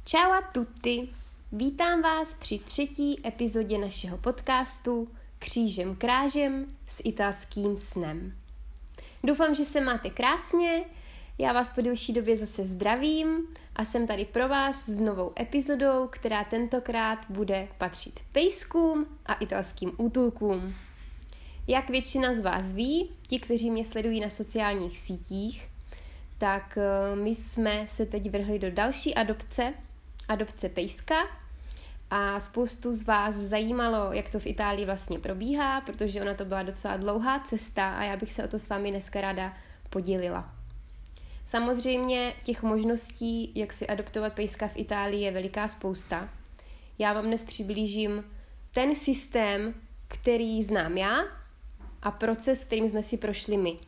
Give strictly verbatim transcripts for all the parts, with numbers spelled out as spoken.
Ciao a tutti! Vítám vás při třetí epizodě našeho podcastu Křížem krážem s italským snem. Doufám, že se máte krásně, já vás po delší době zase zdravím a jsem tady pro vás s novou epizodou, která tentokrát bude patřit pejskům a italským útulkům. Jak většina z vás ví, ti, kteří mě sledují na sociálních sítích, tak my jsme se teď vrhli do další adopce, adopce pejska a spoustu z vás zajímalo, jak to v Itálii vlastně probíhá, protože ona to byla docela dlouhá cesta a já bych se o to s vámi dneska ráda podělila. Samozřejmě těch možností, jak si adoptovat pejska v Itálii, je veliká spousta. Já vám dnes přiblížím ten systém, který znám já a proces, kterým jsme si prošli my.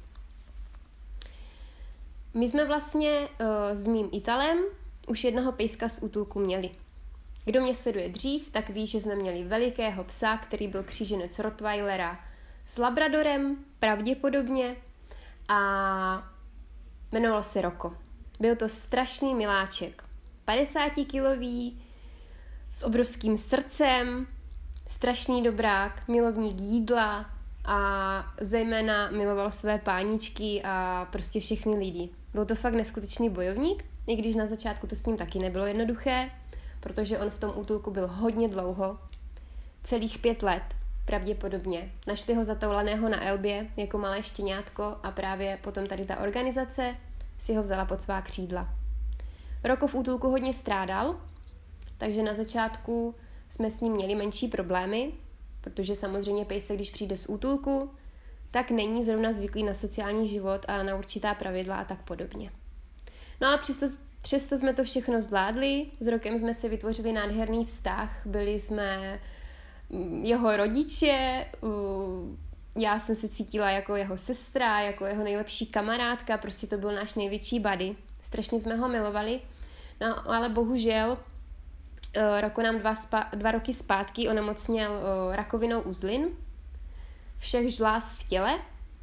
My jsme vlastně uh, s mým Italem už jednoho pejska z útulku měli. Kdo mě sleduje dřív, tak ví, že jsme měli velikého psa, který byl kříženec Rottweilera s Labradorem, pravděpodobně, a jmenoval se Rocco. Byl to strašný miláček. padesátikilový, s obrovským srdcem, strašný dobrák, milovník jídla a zejména miloval své páničky a prostě všechny lidi. Byl to fakt neskutečný bojovník, i když na začátku to s ním taky nebylo jednoduché, protože on v tom útulku byl hodně dlouho, celých pět let pravděpodobně. Našli ho zatoulaného na Elbě jako malé štěňátko a právě potom tady ta organizace si ho vzala pod svá křídla. Rocco v útulku hodně strádal, takže na začátku jsme s ním měli menší problémy, protože samozřejmě pejsek, když přijde z útulku, tak není zrovna zvyklý na sociální život a na určitá pravidla a tak podobně. No ale přesto, přesto jsme to všechno zvládli, s Rockem jsme si vytvořili nádherný vztah, byli jsme jeho rodiče, já jsem se cítila jako jeho sestra, jako jeho nejlepší kamarádka, prostě to byl náš největší buddy, strašně jsme ho milovali, no ale bohužel Rocco nám dva, spa, dva roky zpátky onemocněl rakovinou uzlin, všech žláz v těle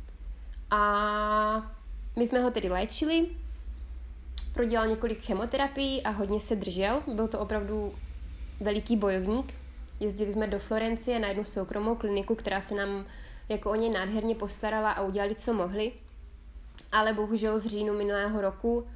a my jsme ho tedy léčili, prodělal několik chemoterapií a hodně se držel, byl to opravdu veliký bojovník. Jezdili jsme do Florencie na jednu soukromou kliniku, která se nám jako o něj nádherně postarala a udělali, co mohli, ale bohužel v říjnu minulého roku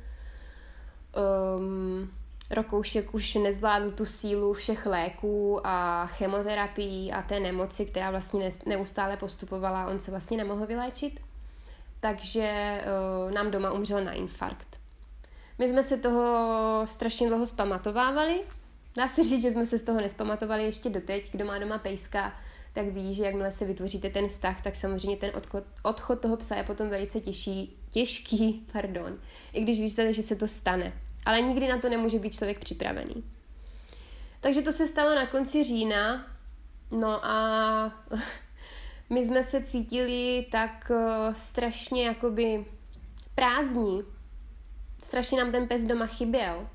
um, Rokoušek už nezvládl tu sílu všech léků a chemoterapií a té nemoci, která vlastně neustále postupovala, on se vlastně nemohl vyléčit, takže uh, nám doma umřel na infarkt. My jsme se toho strašně dlouho zpamatovávali, dá se říct, že jsme se z toho nespamatovali ještě doteď. Kdo má doma pejska, tak ví, že jakmile se vytvoříte ten vztah, tak samozřejmě ten odchod, odchod toho psa je potom velice těžší, těžký, pardon, i když víte, že se to stane. Ale nikdy na to nemůže být člověk připravený. Takže to se stalo na konci října, no a my jsme se cítili tak uh, strašně jakoby prázdní. Strašně nám ten pes doma chyběl, uh,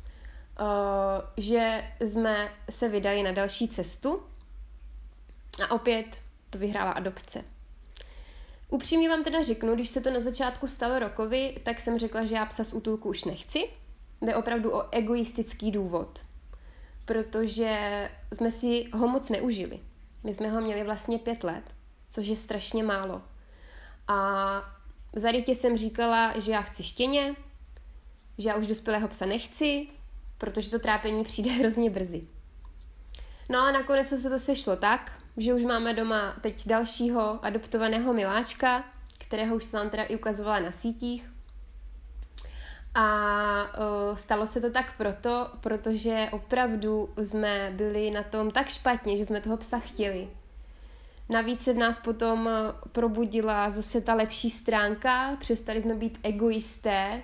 že jsme se vydali na další cestu a opět to vyhrála adopce. Upřímně vám teda řeknu, když se to na začátku stalo Rockovi, tak jsem řekla, že já psa z útulku už nechci. Jde opravdu o egoistický důvod, protože jsme si ho moc neužili. My jsme ho měli vlastně pět let, což je strašně málo. A v zarytě jsem říkala, že já chci štěně, že já už dospělého psa nechci, protože to trápení přijde hrozně brzy. No ale nakonec se to sešlo tak, že už máme doma teď dalšího adoptovaného miláčka, kterého už jsem vám teda i ukazovala na sítích. A uh, stalo se to tak proto, protože opravdu jsme byli na tom tak špatně, že jsme toho psa chtěli. Navíc se v nás potom probudila zase ta lepší stránka, přestali jsme být egoisté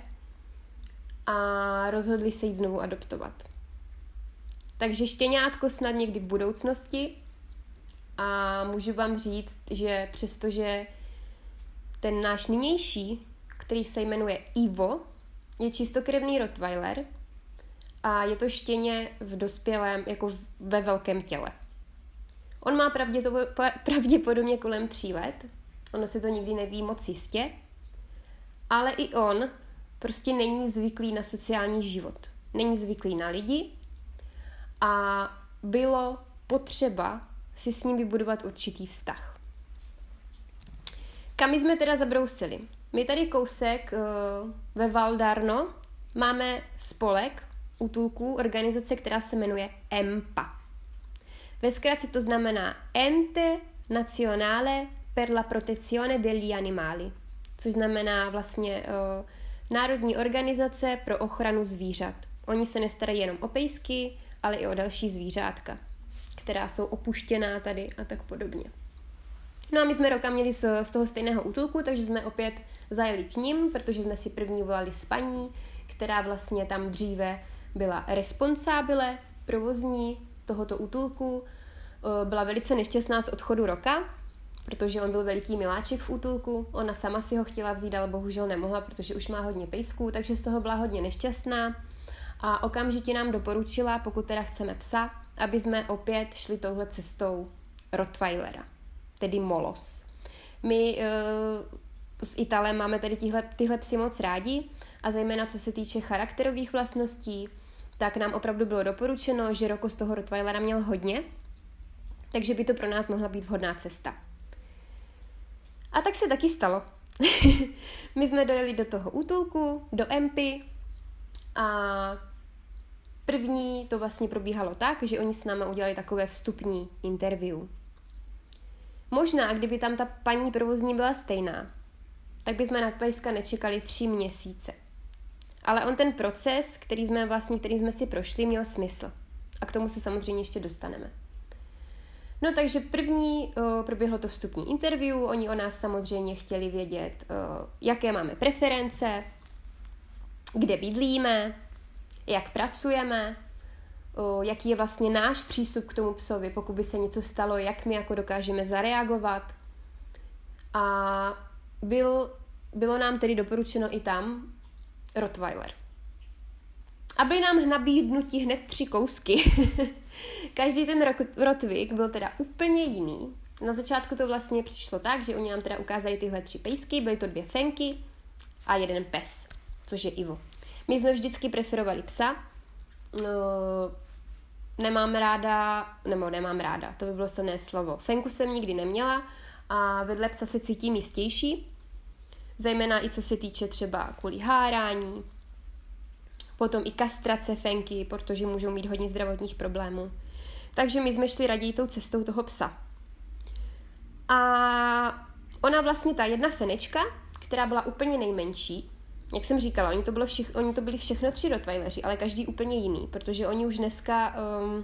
a rozhodli se jít znovu adoptovat. Takže štěňátko snad někdy v budoucnosti a můžu vám říct, že přestože ten náš nynější, který se jmenuje Ivo, je čistokrevný Rottweiler a je to štěně v dospělém, jako ve velkém těle. On má pravděpodobně kolem tří let, ono se to nikdy neví moc jistě, ale i on prostě není zvyklý na sociální život. není zvyklý na lidi a bylo potřeba si s ním vybudovat určitý vztah. Kam jsme teda zabrousili? My tady kousek uh, ve Valdarno máme spolek útulků, organizace, která se jmenuje E M P A. Ve zkratce to znamená Ente Nazionale per la Protezione degli Animali, což znamená vlastně uh, Národní organizace pro ochranu zvířat. Oni se nestarají jenom o pejsky, ale i o další zvířátka, která jsou opuštěná tady a tak podobně. No a my jsme roka měli z, z toho stejného útulku, takže jsme opět zajeli k ním, protože jsme si první volali s paní, která vlastně tam dříve byla responsabile, provozní tohoto útulku. Byla velice nešťastná z odchodu Roka, protože on byl veliký miláček v útulku. Ona sama si ho chtěla vzít, ale bohužel nemohla, protože už má hodně pejsků, takže z toho byla hodně nešťastná. A okamžitě nám doporučila, pokud teda chceme psa, aby jsme opět šli touhle cestou Rottweilera, tedy Molos. My e, s Italem máme tedy tyhle, tyhle psy moc rádi a zejména co se týče charakterových vlastností, tak nám opravdu bylo doporučeno, že Roko z toho Rottweilera měl hodně, takže by to pro nás mohla být vhodná cesta. A tak se taky stalo. My jsme dojeli do toho útulku, do E M P I a první to vlastně probíhalo tak, že oni s náma udělali takové vstupní interview. Možná, kdyby tam ta paní provozní byla stejná, tak bychom na pejska nečekali tři měsíce. Ale on ten proces, který jsme vlastně, který jsme si prošli, měl smysl. A k tomu se samozřejmě ještě dostaneme. No takže první uh, proběhlo to vstupní interview, oni o nás samozřejmě chtěli vědět, uh, jaké máme preference, kde bydlíme, jak pracujeme, uh, jaký je vlastně náš přístup k tomu psovi, pokud by se něco stalo, jak my jako dokážeme zareagovat. A byl, bylo nám tedy doporučeno i tam Rottweiler. A byli nám nabídnuti hned tři kousky. Každý ten Rottweil byl teda úplně jiný. Na začátku to vlastně přišlo tak, že oni nám teda ukázali tyhle tři pejsky, byly to dvě fenky a jeden pes, což je Ivo. My jsme vždycky preferovali psa. No, nemám ráda, nebo nemám ráda, to by bylo silné slovo. Fenku jsem nikdy neměla a vedle psa se cítím jistější. Zejména i co se týče třeba kvůli hárání, potom i kastrace fenky, protože můžou mít hodně zdravotních problémů. Takže my jsme šli raději tou cestou toho psa. A ona vlastně, ta jedna fenečka, která byla úplně nejmenší, jak jsem říkala, oni to, bylo všich, oni to byli všechno tři Rottweileri, ale každý úplně jiný, protože oni už dneska um,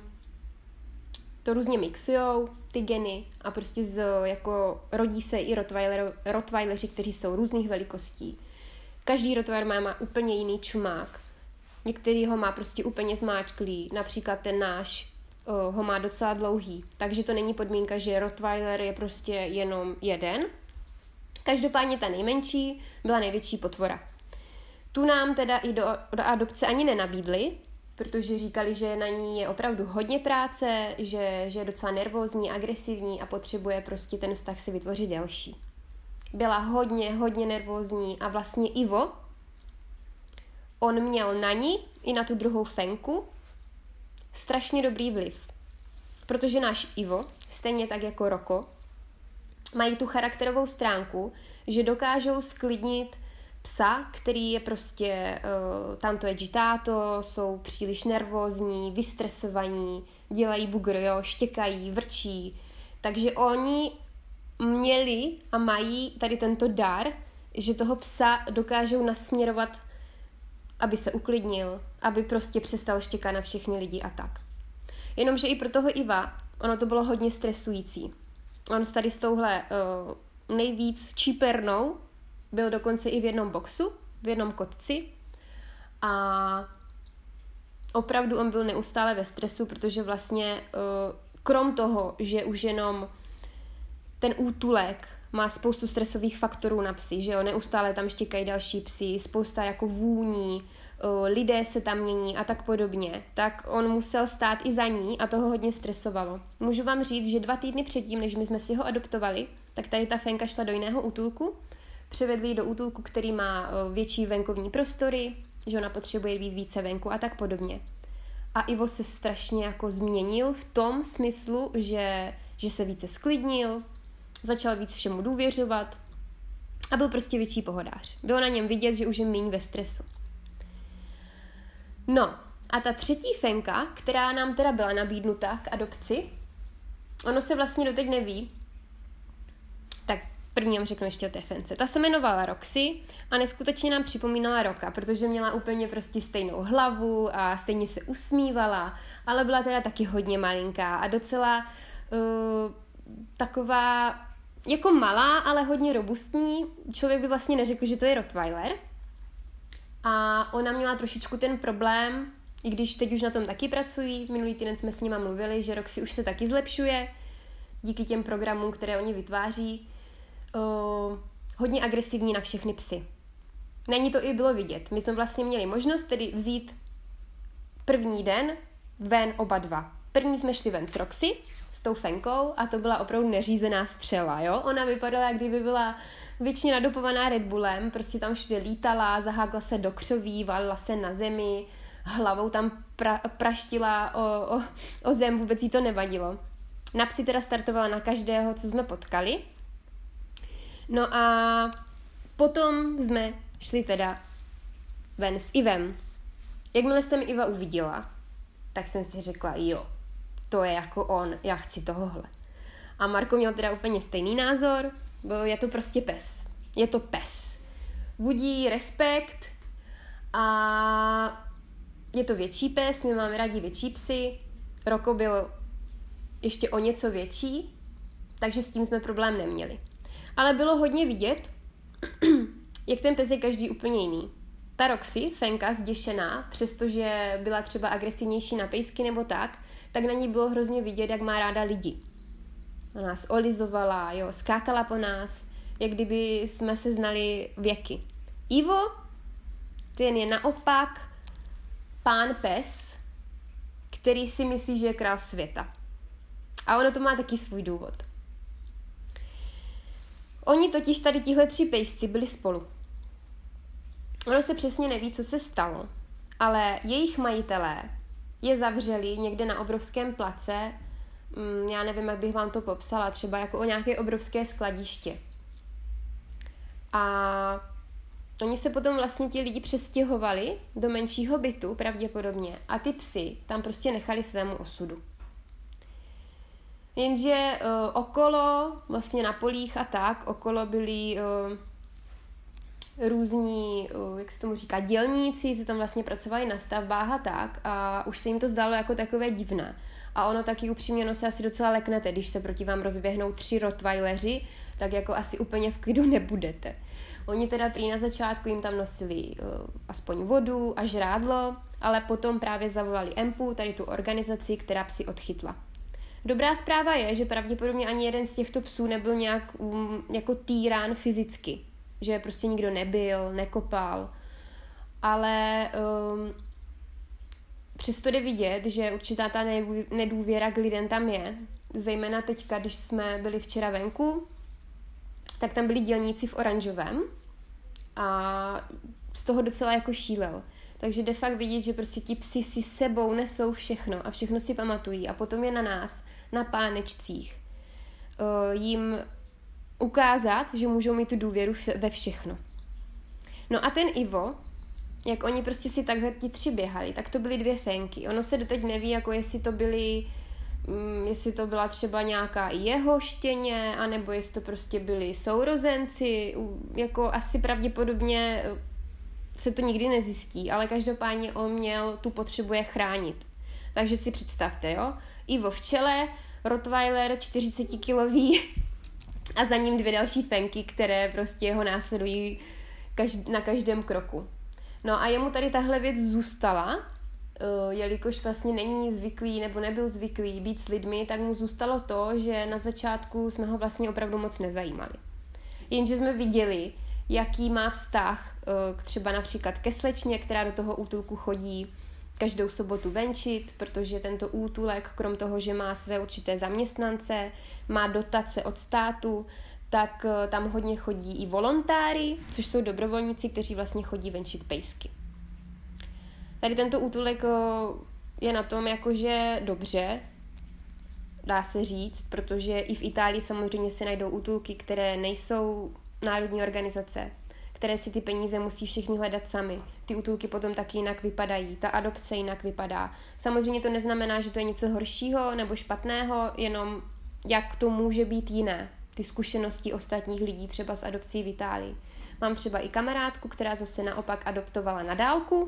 to různě mixujou, ty geny, a prostě z, jako rodí se i Rottweiler, Rottweileri, kteří jsou různých velikostí. Každý Rottweiler má, má úplně jiný čumák. Některý ho má prostě úplně zmáčklý, například ten náš uh, ho má docela dlouhý, takže to není podmínka, že Rottweiler je prostě jenom jeden. Každopádně ta nejmenší byla největší potvora. Tu nám teda i do, do adopce ani nenabídli, protože říkali, že na ní je opravdu hodně práce, že, že je docela nervózní, agresivní a potřebuje prostě ten vztah si vytvořit delší. Byla hodně, hodně nervózní a vlastně Ivo, on měl na ní i na tu druhou fenku strašně dobrý vliv. Protože náš Ivo, stejně tak jako Roko, mají tu charakterovou stránku, že dokážou sklidnit psa, který je prostě uh, tanto agitato, jsou příliš nervózní, vystresovaní, dělají bugr, jo, štěkají, vrčí. Takže oni měli a mají tady tento dar, že toho psa dokážou nasměrovat, aby se uklidnil, aby prostě přestal štěkat na všechny lidi a tak. Jenomže i pro toho Iva, ono to bylo hodně stresující. On tady s touhle uh, nejvíc čípernou byl dokonce i v jednom boxu, v jednom kotci a opravdu on byl neustále ve stresu, protože vlastně uh, krom toho, že už jenom ten útulek má spoustu stresových faktorů na psy, že jo, neustále tam štěkají další psy, spousta jako vůní, lidé se tam mění a tak podobně, tak on musel stát i za ní a toho hodně stresovalo. Můžu vám říct, že dva týdny předtím, než my jsme si ho adoptovali, tak tady ta fenka šla do jiného útulku, převedli ji do útulku, který má větší venkovní prostory, že ona potřebuje být více venku a tak podobně. A Ivo se strašně jako změnil v tom smyslu, že, že se více sklidnil, začal víc všemu důvěřovat a byl prostě větší pohodář. Bylo na něm vidět, že už je míň ve stresu. No a ta třetí fenka, která nám teda byla nabídnuta k adopci, ono se vlastně doteď neví, tak první vám řeknu ještě o té fence. Ta se jmenovala Roxy a neskutečně nám připomínala Roka, protože měla úplně prostě stejnou hlavu a stejně se usmívala, ale byla teda taky hodně malinká a docela uh, taková jako malá, ale hodně robustní. Člověk by vlastně neřekl, že to je Rottweiler. A ona měla trošičku ten problém, i když teď už na tom taky pracují, minulý týden jsme s nima mluvili, že Roxy už se taky zlepšuje díky těm programům, které oni vytváří. Uh, hodně agresivní na všechny psy. Na ní to i bylo vidět. My jsme vlastně měli možnost tedy vzít první den ven oba dva. První jsme šli ven s Roxy, s tou fenkou a to byla opravdu neřízená střela, jo. Ona vypadala, jak kdyby byla většině nadopovaná Red Bullem, prostě tam všude lítala, zahákla se do křoví, valila se na zemi, hlavou tam pra, praštila o, o, o zem, vůbec jí to nevadilo. Na psy teda startovala na každého, co jsme potkali. No a potom jsme šli teda ven s Ivem. Jakmile jsem Iva uviděla, tak jsem si řekla, jo, to je jako on, já chci tohohle. A Marko měl teda úplně stejný názor, bo je to prostě pes. Je to pes. Budí respekt a je to větší pes, my máme rádi větší psy. Roko byl ještě o něco větší, takže s tím jsme problém neměli. Ale bylo hodně vidět, jak ten pes je každý úplně jiný. Ta Roxy, fenka, zděšená, přestože byla třeba agresivnější na pejsky nebo tak, tak na ní bylo hrozně vidět, jak má ráda lidi. Ona nás olizovala, jo, skákala po nás, jak kdyby jsme se znali věky. Ivo, ten je naopak pán pes, který si myslí, že je král světa. A ono to má taky svůj důvod. Oni totiž tady tihle tři pejsci byli spolu. Ono se přesně neví, co se stalo, ale jejich majitelé je zavřeli někde na obrovském place, já nevím, jak bych vám to popsala, třeba jako o nějaké obrovské skladiště. A oni se potom vlastně ti lidi přestěhovali do menšího bytu, pravděpodobně, a ty psy tam prostě nechali svému osudu. Jenže uh, okolo, vlastně na polích a tak, okolo byli uh, různí, uh, jak se tomu říká, dělníci, se tam vlastně pracovali na stavbách a tak a už se jim to zdálo jako takové divné. A ono taky upřímně, no se asi docela leknete, když se proti vám rozběhnou tři rottweileři, tak jako asi úplně v klidu nebudete. Oni teda prý na začátku jim tam nosili uh, aspoň vodu a žrádlo, ale potom právě zavolali E M P U, tady tu organizaci, která psy odchytla. Dobrá zpráva je, že pravděpodobně ani jeden z těchto psů nebyl nějak um, jako týrán fyzicky. Že prostě nikdo nebyl, nekopal. Ale um, přesto jde vidět, že určitá ta nedůvěra k lidem tam je. Zejména teďka, když jsme byli včera venku, tak tam byli dělníci v oranžovém a z toho docela jako šílel. Takže de fakt vidět, že prostě ti psi si sebou nesou všechno a všechno si pamatují a potom je na nás, na pánečcích, jim ukázat, že můžou mít tu důvěru ve všechno. No a ten Ivo, jak oni prostě si takhle ti tři běhali, tak to byly dvě fenky. Ono se doteď neví, jako jestli to byly, jestli to byla třeba nějaká jeho štěně, anebo jestli to prostě byli sourozenci, jako asi pravděpodobně se to nikdy nezjistí, ale každopádně on měl tu potřebu je chránit. Takže si představte, jo, Ivo v čele, Rottweiler čtyřicetikilový a za ním dvě další fenky, které prostě ho následují každ- na každém kroku. No a jemu tady tahle věc zůstala, uh, jelikož vlastně není zvyklý nebo nebyl zvyklý být s lidmi, tak mu zůstalo to, že na začátku jsme ho vlastně opravdu moc nezajímali. Jenže jsme viděli, jaký má vztah uh, třeba například ke slečně, která do toho útulku chodí každou sobotu venčit, protože tento útulek, krom toho, že má své určité zaměstnance, má dotace od státu, tak uh, tam hodně chodí i volontáři, což jsou dobrovolníci, kteří vlastně chodí venčit pejsky. Tady tento útulek je na tom jakože dobře, dá se říct, protože i v Itálii samozřejmě se najdou útulky, které nejsou národní organizace, které si ty peníze musí všichni hledat sami. Ty útulky potom taky jinak vypadají, ta adopce jinak vypadá. Samozřejmě to neznamená, že to je něco horšího nebo špatného, jenom jak to může být jiné. Ty zkušenosti ostatních lidí třeba s adopcí v Itálii. Mám třeba i kamarádku, která zase naopak adoptovala na dálku,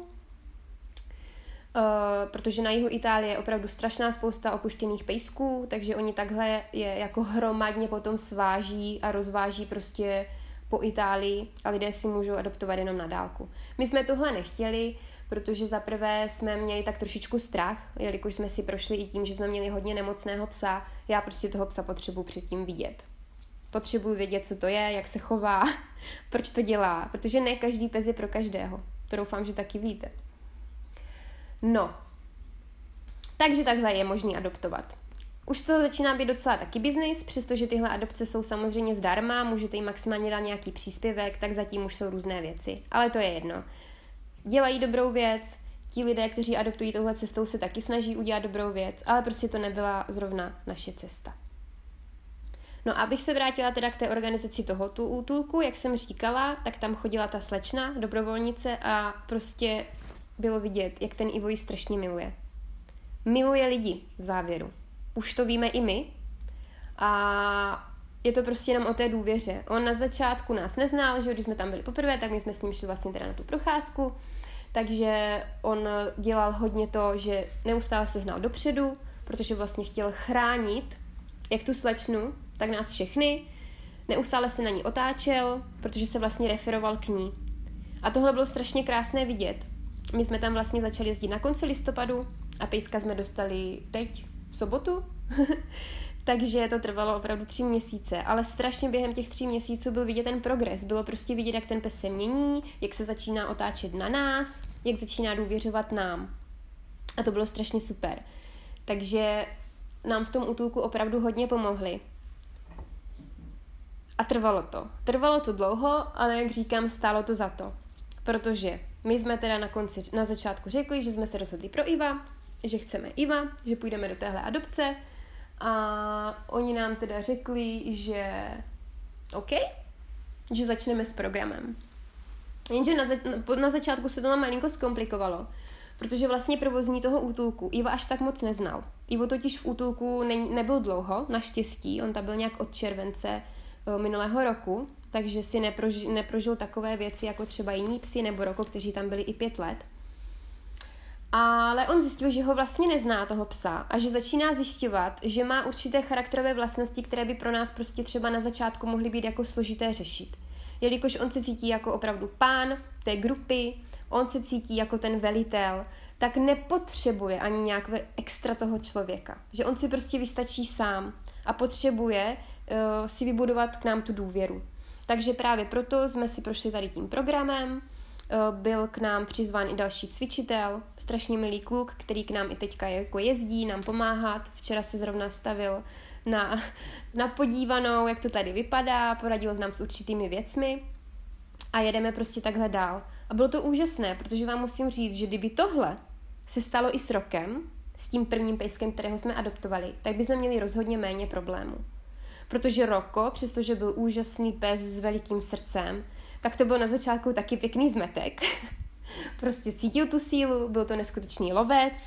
Uh, protože na jihu Itálie je opravdu strašná spousta opuštěných pejsků, takže oni takhle je jako hromadně potom sváží a rozváží prostě po Itálii a lidé si můžou adoptovat jenom na dálku. My jsme tohle nechtěli, protože zaprvé jsme měli tak trošičku strach, jelikož jsme si prošli i tím, že jsme měli hodně nemocného psa. Já prostě toho psa potřebuji předtím vidět. Potřebuji vědět, co to je, jak se chová, proč to dělá, protože ne každý pes je pro každého. To doufám, že taky víte. No, takže takhle je možný adoptovat. Už to začíná být docela taky biznis, přestože tyhle adopce jsou samozřejmě zdarma, můžete jim maximálně dát nějaký příspěvek, tak zatím už jsou různé věci. Ale to je jedno. Dělají dobrou věc, ti lidé, kteří adoptují touhle cestou, se taky snaží udělat dobrou věc, ale prostě to nebyla zrovna naše cesta. No a abych se vrátila teda k té organizaci tohoto útulku, jak jsem říkala, tak tam chodila ta slečna, dobrovolnice a prostě bylo vidět, jak ten Ivo ji strašně miluje. Miluje lidi v závěru. Už to víme i my. A je to prostě jenom o té důvěře. On na začátku nás neznal, že když jsme tam byli poprvé, tak my jsme s ním šli vlastně teda na tu procházku. Takže on dělal hodně to, že neustále se hnal dopředu, protože vlastně chtěl chránit jak tu slečnu, tak nás všechny. Neustále se na ní otáčel, protože se vlastně referoval k ní. A tohle bylo strašně krásné vidět. My jsme tam vlastně začali jezdit na konci listopadu a pejska jsme dostali teď, v sobotu. Takže to trvalo opravdu tři měsíce, ale strašně během těch tří měsíců byl vidět ten progres. Bylo prostě vidět, jak ten pes se mění, jak se začíná otáčet na nás, jak začíná důvěřovat nám. A to bylo strašně super. Takže nám v tom útulku opravdu hodně pomohli. A trvalo to. Trvalo to dlouho, ale jak říkám, stálo to za to. Protože my jsme teda na konci, na začátku řekli, že jsme se rozhodli pro Iva, že chceme Iva, že půjdeme do téhle adopce a oni nám teda řekli, že OK, že začneme s programem. Jenže na, za, na začátku se to nám malinko zkomplikovalo, protože vlastně provozní toho útulku Iva až tak moc neznal. Ivo totiž v útulku ne, nebyl dlouho, naštěstí, on tam byl nějak od července minulého roku, takže si neprožil, neprožil takové věci jako třeba jiní psi nebo Roko, kteří tam byli i pět let. Ale on zjistil, že ho vlastně nezná toho psa a že začíná zjišťovat, že má určité charakterové vlastnosti, které by pro nás prostě třeba na začátku mohly být jako složité řešit. Jelikož on se cítí jako opravdu pán té grupy, on se cítí jako ten velitel, tak nepotřebuje ani nějak extra toho člověka. Že on si prostě vystačí sám a potřebuje uh, si vybudovat k nám tu důvěru. Takže právě proto jsme si prošli tady tím programem, byl k nám přizván i další cvičitel, strašně milý kluk, který k nám i teďka jako jezdí, nám pomáhat. Včera se zrovna stavil na, na podívanou, jak to tady vypadá, poradil nám s určitými věcmi a jedeme prostě takhle dál. A bylo to úžasné, protože vám musím říct, že kdyby tohle se stalo i s Rokem, s tím prvním pejskem, kterého jsme adoptovali, tak bychom měli rozhodně méně problémů. Protože Roko, přestože byl úžasný pes s velikým srdcem, tak to byl na začátku taky pěkný zmetek. Prostě cítil tu sílu, byl to neskutečný lovec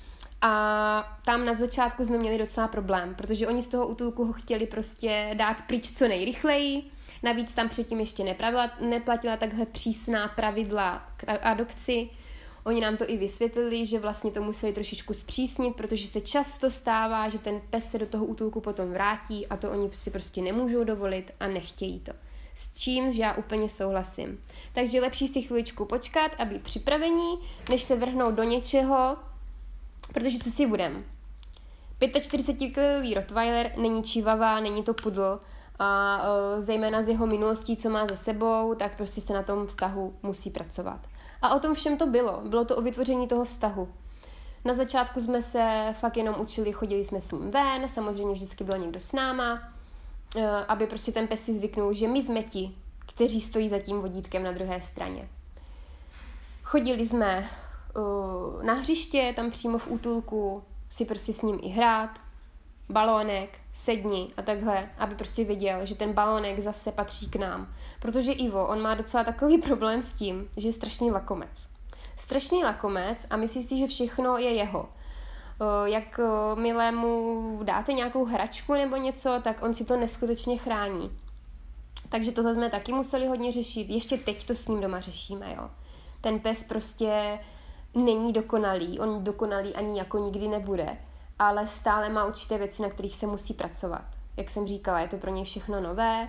a tam na začátku jsme měli docela problém, protože oni z toho útulku ho chtěli prostě dát pryč co nejrychleji. Navíc tam předtím ještě nepravila, neplatila takhle přísná pravidla k adopci. Oni nám to i vysvětlili, že vlastně to museli trošičku zpřísnit, protože se často stává, že ten pes se do toho útulku potom vrátí a to oni si prostě nemůžou dovolit a nechtějí to. S čím já úplně souhlasím. Takže lepší si chviličku počkat a být připravení, než se vrhnout do něčeho, protože co si budem. čtyřicetipětikilový Rottweiler není čivava, není to pudl a e, zejména z jeho minulostí, co má za sebou, tak prostě se na tom vztahu musí pracovat. A o tom všem to bylo. Bylo to o vytvoření toho vztahu. Na začátku jsme se fakt jenom učili, chodili jsme s ním ven, samozřejmě vždycky byl někdo s náma, aby prostě ten pes si zvyknul, že my jsme ti, kteří stojí za tím vodítkem na druhé straně. Chodili jsme uh, na hřiště, tam přímo v útulku, si prostě s ním i hrát, balónek, sedni a takhle, aby prostě věděl, že ten balónek zase patří k nám. Protože Ivo, on má docela takový problém s tím, že je strašný lakomec. Strašný lakomec a myslí si, že všechno je jeho. Jak milému dáte nějakou hračku nebo něco, tak on si to neskutečně chrání. Takže tohle jsme taky museli hodně řešit. Ještě teď to s ním doma řešíme, jo. Ten pes prostě není dokonalý, on dokonalý ani jako nikdy nebude, ale stále má určité věci, na kterých se musí pracovat. Jak jsem říkala, je to pro něj všechno nové.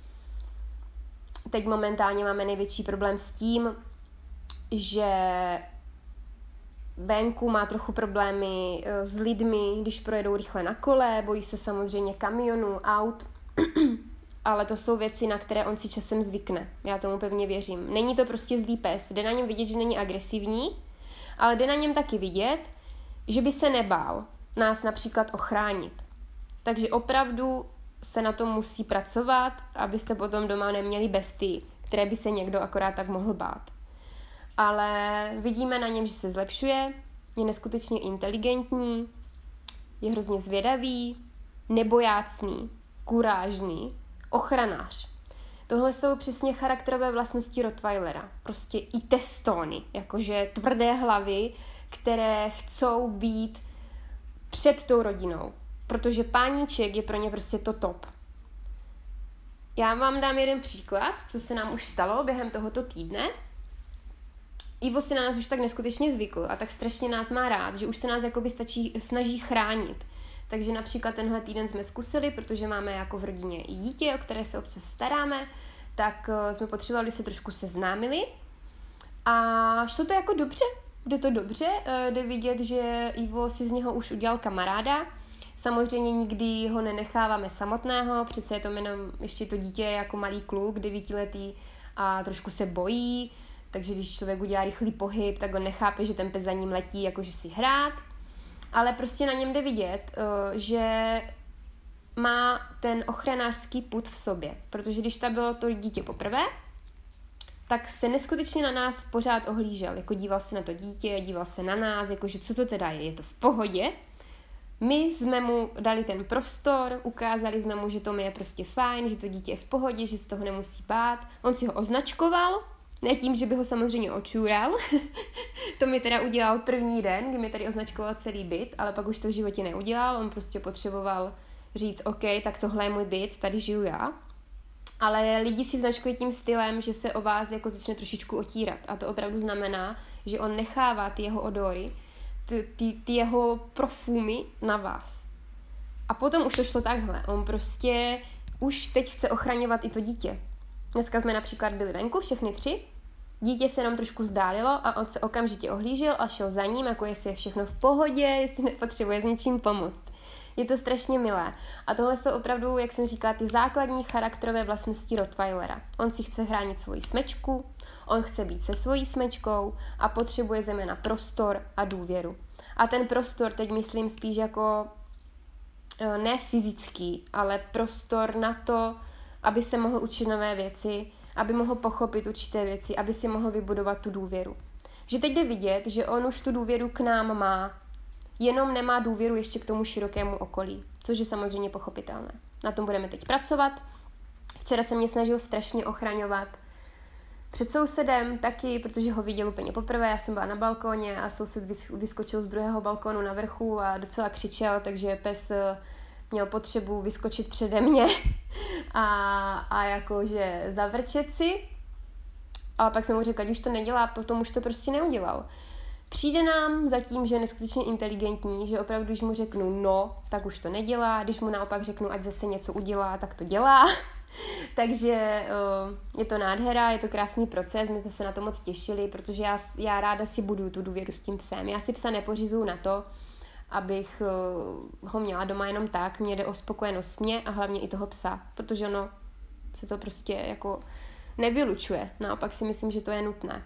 Teď momentálně máme největší problém s tím, že venku má trochu problémy s lidmi, když projedou rychle na kole, bojí se samozřejmě kamionů, aut, ale to jsou věci, na které on si časem zvykne. Já tomu pevně věřím. Není to prostě zlý pes, jde na něm vidět, že není agresivní, ale jde na něm taky vidět, že by se nebál nás například ochránit. Takže opravdu se na tom musí pracovat, abyste potom doma neměli bestii, které by se někdo akorát tak mohl bát. Ale vidíme na něm, že se zlepšuje, je neskutečně inteligentní, je hrozně zvědavý, nebojácný, kurážný, ochranář. Tohle jsou přesně charakterové vlastnosti Rottweilera. Prostě i testóny, jakože tvrdé hlavy, které chcou být před tou rodinou. Protože páníček je pro ně prostě to top. Já vám dám jeden příklad, co se nám už stalo během tohoto týdne. Ivo si na nás už tak neskutečně zvykl a tak strašně nás má rád, že už se nás jakoby stačí, snaží chránit. Takže například tenhle týden jsme zkusili, protože máme jako v rodině i dítě, o které se občas staráme, tak jsme potřebovali se trošku seznámili a šlo to jako dobře, jde to dobře, jde vidět, že Ivo si z něho už udělal kamaráda. Samozřejmě nikdy ho nenecháváme samotného, přece je to jenom ještě to dítě jako malý kluk, devítiletý a trošku se bojí, takže když člověk udělá rychlý pohyb, tak on nechápe, že ten pes za ním letí, jakože si hrát. Ale prostě na něm jde vidět, že má ten ochranářský pud v sobě. Protože když tam bylo to dítě poprvé, tak se neskutečně na nás pořád ohlížel. Jako díval se na to dítě, díval se na nás, jakože co to teda je, je to v pohodě. My jsme mu dali ten prostor, ukázali jsme mu, že to mi je prostě fajn, že to dítě je v pohodě, že se toho nemusí bát. On si ho označkoval, ne tím, že by ho samozřejmě očůral. To mi teda udělal první den, kdy mi tady označkoval celý byt, ale pak už to v životě neudělal. On prostě potřeboval říct, OK, tak tohle je můj byt, tady žiju já. Ale lidi si značkují tím stylem, že se o vás jako začne trošičku otírat. A to opravdu znamená, že on nechává ty jeho odory, ty, ty, ty jeho profumy na vás. A potom už to šlo takhle. On prostě už teď chce ochraňovat i to dítě. Dneska jsme například byli venku, všechny tři. Dítě se nám trošku zdálilo a on se okamžitě ohlížel a šel za ním, jako jestli je všechno v pohodě, jestli nepotřebuje s něčím pomoct. Je to strašně milé. A tohle jsou opravdu, jak jsem říkala, ty základní charakterové vlastnosti Rottweilera. On si chce chránit svoji smečku, on chce být se svojí smečkou a potřebuje zejména prostor a důvěru. A ten prostor teď myslím spíš jako ne fyzický, ale prostor na to, aby se mohl učit nové věci, aby mohl pochopit určité věci, aby si mohl vybudovat tu důvěru. Že teď jde vidět, že on už tu důvěru k nám má, jenom nemá důvěru ještě k tomu širokému okolí, což je samozřejmě pochopitelné. Na tom budeme teď pracovat. Včera se mě snažil strašně ochraňovat před sousedem taky, protože ho viděl úplně poprvé, já jsem byla na balkóně a soused vyskočil z druhého balkónu na vrchu a docela křičel, takže pes měl potřebu vyskočit přede mě a, a jakože zavrčet si. Ale pak jsem mu řekla, že už to nedělá, potom už to prostě neudělal. Přijde nám zatím, že je neskutečně inteligentní, že opravdu, když mu řeknu no, tak už to nedělá, když mu naopak řeknu, ať zase něco udělá, tak to dělá. Takže uh, je to nádhera, je to krásný proces, my jsme se na to moc těšili, protože já, já ráda si buduju tu důvěru s tím psem. Já si psa nepořizuju na to, abych uh, ho měla doma jenom tak, mně jde o spokojenost mě a hlavně i toho psa, protože ono se to prostě jako nevylučuje, naopak si myslím, že to je nutné.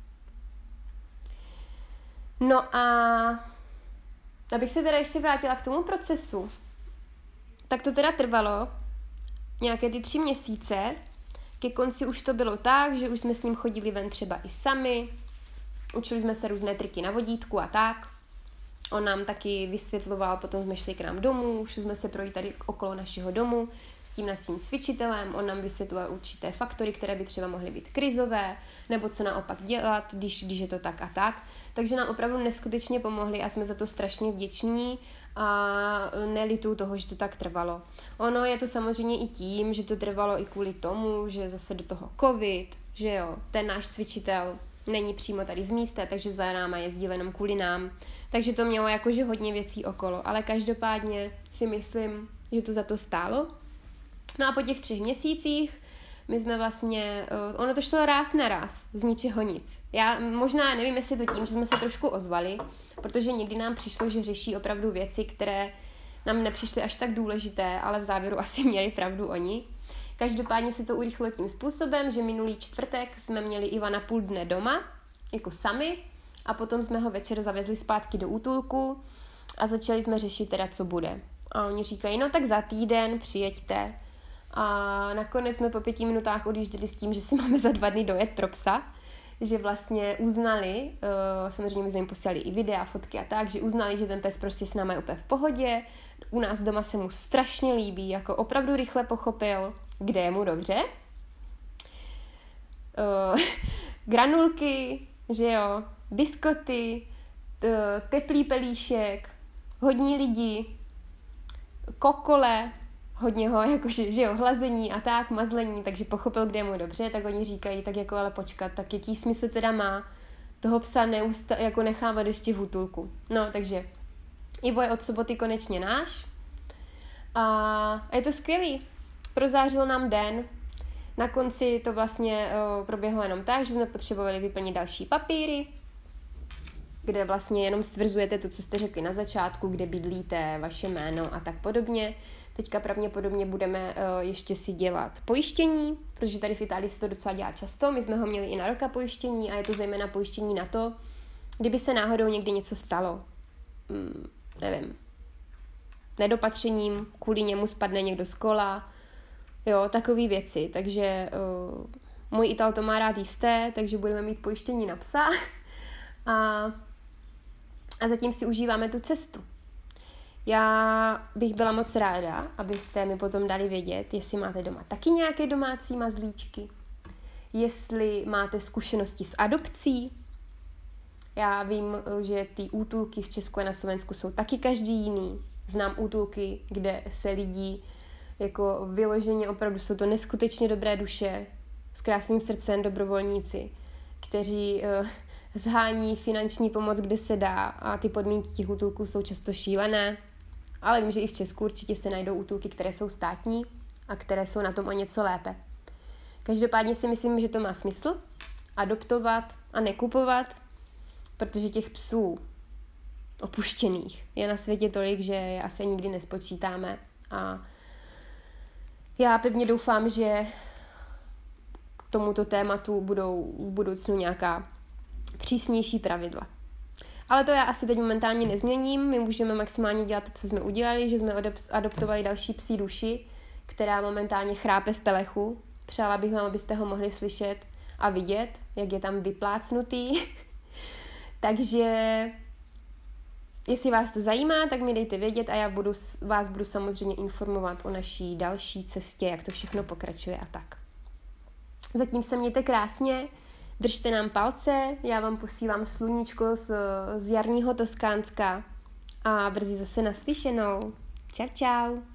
No a abych se teda ještě vrátila k tomu procesu, tak to teda trvalo nějaké ty tři měsíce. Ke konci už to bylo tak, že už jsme s ním chodili ven třeba i sami, učili jsme se různé triky na vodítku a tak. On nám taky vysvětloval, potom jsme šli k nám domů, šli jsme se projít tady okolo našeho domu s tím naším cvičitelem, on nám vysvětloval určité faktory, které by třeba mohly být krizové, nebo co naopak dělat, když, když je to tak a tak. Takže nám opravdu neskutečně pomohli a jsme za to strašně vděční a nelituju toho, že to tak trvalo. Ono je to samozřejmě i tím, že to trvalo i kvůli tomu, že zase do toho covid, že jo, ten náš cvičitel není přímo tady z místa, takže za náma jezdil jenom kvůli nám. Takže to mělo jakože hodně věcí okolo, ale každopádně si myslím, že to za to stálo. No a po těch třech měsících my jsme vlastně, ono to šlo ráz na ráz, z ničeho nic. Já možná nevím, jestli to tím, že jsme se trošku ozvali, protože někdy nám přišlo, že řeší opravdu věci, které nám nepřišly až tak důležité, ale v závěru asi měli pravdu oni. Každopádně se to urychlilo tím způsobem, že minulý čtvrtek jsme měli Ivana půl dne doma, jako sami, a potom jsme ho večer zavezli zpátky do útulku a začali jsme řešit teda, co bude. A oni říkají, no tak za týden přijeďte. A nakonec jsme po pěti minutách odjížděli s tím, že si máme za dva dny dojet pro psa, že vlastně uznali, uh, samozřejmě my jsme jim posílali i videa, fotky a tak, že uznali, že ten pes prostě s námi je úplně v pohodě, u nás doma se mu strašně líbí, jako opravdu rychle pochopil, kde je mu dobře. Uh, granulky, že jo, biskoty, uh, teplý pelíšek, hodní lidi, kokole, hodně ho, jakože, že jo, hlazení a tak, mazlení, takže pochopil, kde je mu dobře, tak oni říkají, tak jako ale počkat, tak jaký smysl teda má toho psa neusta- jako nechávat ještě v útulku. No, takže Ivo je od soboty konečně náš a je to skvělý. Prozářil nám den, na konci to vlastně o, proběhlo jenom tak, že jsme potřebovali vyplnit další papíry, kde vlastně jenom stvrzujete to, co jste řekli na začátku, kde bydlíte, vaše jméno a tak podobně. Teďka pravděpodobně budeme uh, ještě si dělat pojištění, protože tady v Itálii se to docela dělá často. My jsme ho měli i na roka pojištění a je to zejména pojištění na to, kdyby se náhodou někdy něco stalo. Hmm, nevím. Nedopatřením, kvůli němu spadne někdo z kola, jo, takové věci. Takže uh, můj Ital to má rád jisté, takže budeme mít pojištění na psa a, a zatím si užíváme tu cestu. Já bych byla moc ráda, abyste mi potom dali vědět, jestli máte doma taky nějaké domácí mazlíčky, jestli máte zkušenosti s adopcí. Já vím, že ty útulky v Česku a na Slovensku jsou taky každý jiný. Znám útulky, kde se lidi jako vyloženě opravdu jsou to neskutečně dobré duše, s krásným srdcem, dobrovolníci, kteří uh, zhání finanční pomoc, kde se dá a ty podmínky těch útulků jsou často šílené. Ale vím, že i v Česku určitě se najdou útulky, které jsou státní a které jsou na tom o něco lépe. Každopádně si myslím, že to má smysl adoptovat a nekupovat, protože těch psů opuštěných je na světě tolik, že je asi nikdy nespočítáme. A já pevně doufám, že k tomuto tématu budou v budoucnu nějaká přísnější pravidla. Ale to já asi teď momentálně nezměním. My můžeme maximálně dělat to, co jsme udělali, že jsme adoptovali další psí duši, která momentálně chrápe v pelechu. Přála bych vám, abyste ho mohli slyšet a vidět, jak je tam vyplácnutý. Takže jestli vás to zajímá, tak mi dejte vědět a já budu, vás budu samozřejmě informovat o naší další cestě, jak to všechno pokračuje a tak. Zatím se mějte krásně. Držte nám palce, já vám posílám sluníčko z, z jarního Toskánska a brzy zase naslyšenou. Čau, čau.